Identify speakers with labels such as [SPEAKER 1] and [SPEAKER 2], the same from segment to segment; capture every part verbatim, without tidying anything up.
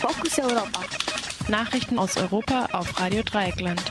[SPEAKER 1] Fokus Europa. Nachrichten aus Europa auf Radio Dreieckland.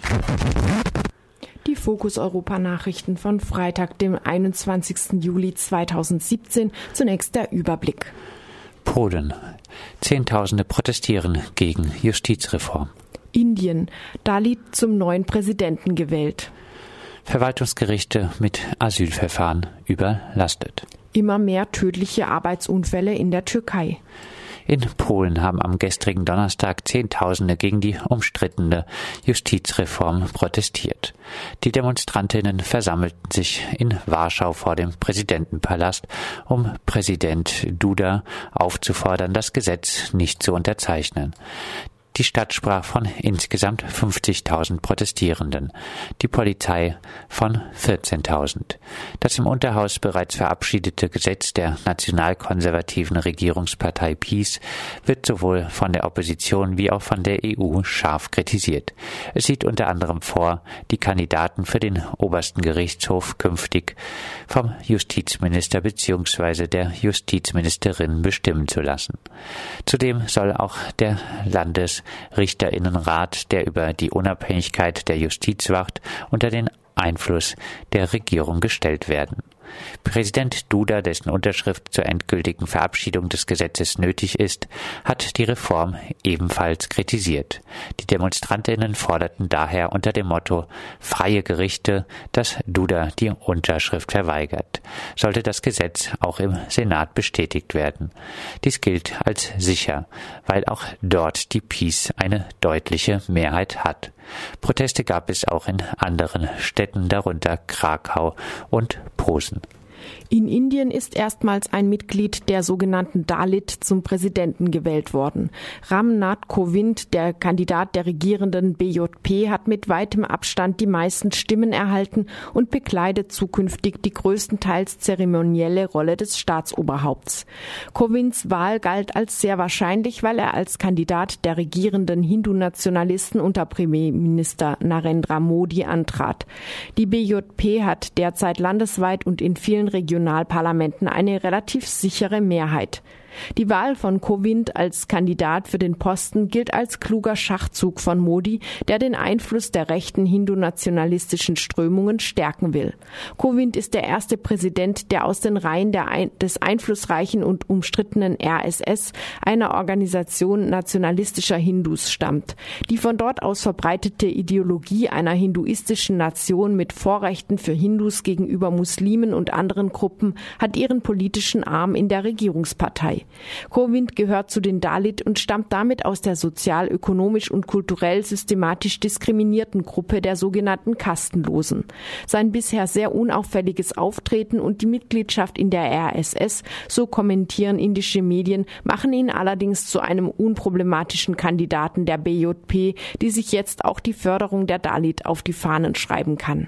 [SPEAKER 2] Die Fokus Europa Nachrichten von Freitag, dem einundzwanzigsten Juli zweitausendsiebzehn. Zunächst der Überblick.
[SPEAKER 3] Polen. Zehntausende protestieren gegen Justizreform.
[SPEAKER 2] Indien. Dalit zum neuen Präsidenten gewählt.
[SPEAKER 3] Verwaltungsgerichte mit Asylverfahren überlastet.
[SPEAKER 2] Immer mehr tödliche Arbeitsunfälle in der Türkei.
[SPEAKER 3] In Polen haben am gestrigen Donnerstag Zehntausende gegen die umstrittene Justizreform protestiert. Die Demonstrantinnen versammelten sich in Warschau vor dem Präsidentenpalast, um Präsident Duda aufzufordern, das Gesetz nicht zu unterzeichnen. Die Stadt sprach von insgesamt fünfzigtausend Protestierenden, die Polizei von vierzehntausend. Das im Unterhaus bereits verabschiedete Gesetz der nationalkonservativen Regierungspartei PiS wird sowohl von der Opposition wie auch von der E U scharf kritisiert. Es sieht unter anderem vor, die Kandidaten für den obersten Gerichtshof künftig vom Justizminister bzw. der Justizministerin bestimmen zu lassen. Zudem soll auch der Landes Richterinnenrat, der über die Unabhängigkeit der Justiz wacht, unter den Einfluss der Regierung gestellt werden. Präsident Duda, dessen Unterschrift zur endgültigen Verabschiedung des Gesetzes nötig ist, hat die Reform ebenfalls kritisiert. Die Demonstrantinnen forderten daher unter dem Motto »Freie Gerichte«, dass Duda die Unterschrift verweigert. Sollte das Gesetz auch im Senat bestätigt werden. Dies gilt als sicher, weil auch dort die PiS eine deutliche Mehrheit hat. Proteste gab es auch in anderen Städten, darunter Krakau und Posen.
[SPEAKER 2] In Indien ist erstmals ein Mitglied der sogenannten Dalit zum Präsidenten gewählt worden. Ram Nath Kovind, der Kandidat der regierenden B J P, hat mit weitem Abstand die meisten Stimmen erhalten und bekleidet zukünftig die größtenteils zeremonielle Rolle des Staatsoberhaupts. Kovinds Wahl galt als sehr wahrscheinlich, weil er als Kandidat der regierenden Hindu-Nationalisten unter Premierminister Narendra Modi antrat. Die B J P hat derzeit landesweit und in vielen Regionalparlamenten eine relativ sichere Mehrheit. Die Wahl von Kovind als Kandidat für den Posten gilt als kluger Schachzug von Modi, der den Einfluss der rechten hindu-nationalistischen Strömungen stärken will. Kovind ist der erste Präsident, der aus den Reihen der ein, des einflussreichen und umstrittenen R S S, einer Organisation nationalistischer Hindus, stammt. Die von dort aus verbreitete Ideologie einer hinduistischen Nation mit Vorrechten für Hindus gegenüber Muslimen und anderen Gruppen hat ihren politischen Arm in der Regierungspartei. Kovind gehört zu den Dalit und stammt damit aus der sozial, ökonomisch und kulturell systematisch diskriminierten Gruppe der sogenannten Kastenlosen. Sein bisher sehr unauffälliges Auftreten und die Mitgliedschaft in der R S S, so kommentieren indische Medien, machen ihn allerdings zu einem unproblematischen Kandidaten der B J P, die sich jetzt auch die Förderung der Dalit auf die Fahnen schreiben kann.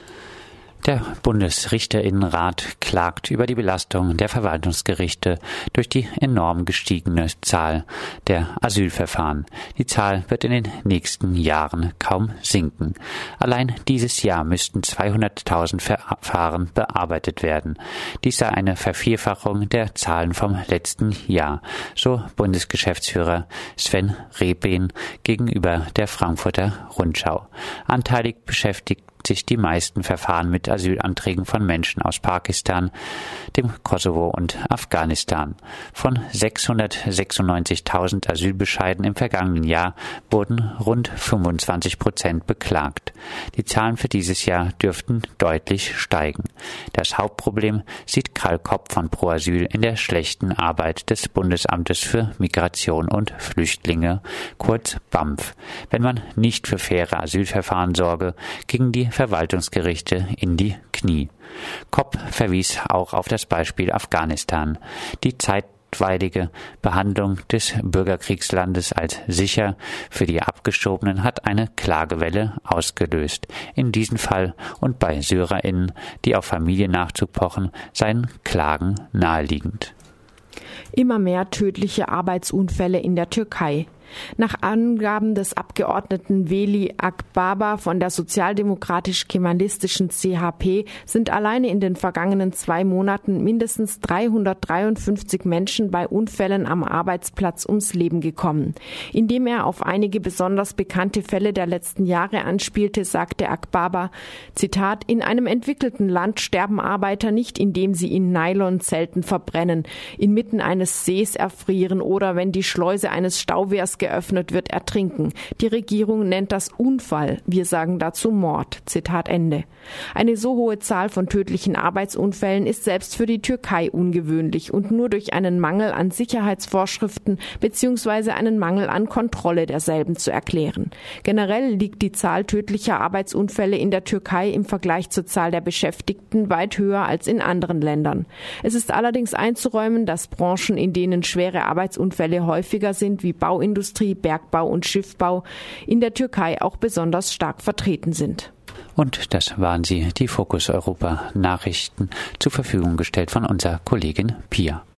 [SPEAKER 3] Der Bundesrichterinnenrat klagt über die Belastung der Verwaltungsgerichte durch die enorm gestiegene Zahl der Asylverfahren. Die Zahl wird in den nächsten Jahren kaum sinken. Allein dieses Jahr müssten zweihunderttausend Verfahren bearbeitet werden. Dies sei eine Vervierfachung der Zahlen vom letzten Jahr, so Bundesgeschäftsführer Sven Rebehn gegenüber der Frankfurter Rundschau. Anteilig beschäftigt sich die meisten Verfahren mit Asylanträgen von Menschen aus Pakistan, dem Kosovo und Afghanistan. Von sechshundertsechsundneunzigtausend Asylbescheiden im vergangenen Jahr wurden rund fünfundzwanzig Prozent beklagt. Die Zahlen für dieses Jahr dürften deutlich steigen. Das Hauptproblem sieht Karl Kopp von Pro Asyl in der schlechten Arbeit des Bundesamtes für Migration und Flüchtlinge, kurz BAMF. Wenn man nicht für faire Asylverfahren sorge, gingen die Verwaltungsgerichte in die Knie. Kopp verwies auch auf das Beispiel Afghanistan. Die zeitweilige Behandlung des Bürgerkriegslandes als sicher für die Abgeschobenen hat eine Klagewelle ausgelöst. In diesem Fall und bei SyrerInnen, die auf Familiennachzug pochen, seien Klagen naheliegend.
[SPEAKER 2] Immer mehr tödliche Arbeitsunfälle in der Türkei. Nach Angaben des Abgeordneten Veli Akbaba von der sozialdemokratisch-kemalistischen C H P sind alleine in den vergangenen zwei Monaten mindestens dreihundertdreiundfünfzig Menschen bei Unfällen am Arbeitsplatz ums Leben gekommen. Indem er auf einige besonders bekannte Fälle der letzten Jahre anspielte, sagte Akbaba, Zitat, in einem entwickelten Land sterben Arbeiter nicht, indem sie in Nylonzelten verbrennen, inmitten eines Sees erfrieren oder wenn die Schleuse eines Stauwehrs geöffnet wird, ertrinken. Die Regierung nennt das Unfall. Wir sagen dazu Mord. Zitat Ende. Eine so hohe Zahl von tödlichen Arbeitsunfällen ist selbst für die Türkei ungewöhnlich und nur durch einen Mangel an Sicherheitsvorschriften bzw. einen Mangel an Kontrolle derselben zu erklären. Generell liegt die Zahl tödlicher Arbeitsunfälle in der Türkei im Vergleich zur Zahl der Beschäftigten weit höher als in anderen Ländern. Es ist allerdings einzuräumen, dass Branchen, in denen schwere Arbeitsunfälle häufiger sind, wie Bauindustrie, Bergbau und Schiffbau, in der Türkei auch besonders stark vertreten sind.
[SPEAKER 3] Und das waren sie, die Fokus Europa Nachrichten, zur Verfügung gestellt von unserer Kollegin Pia.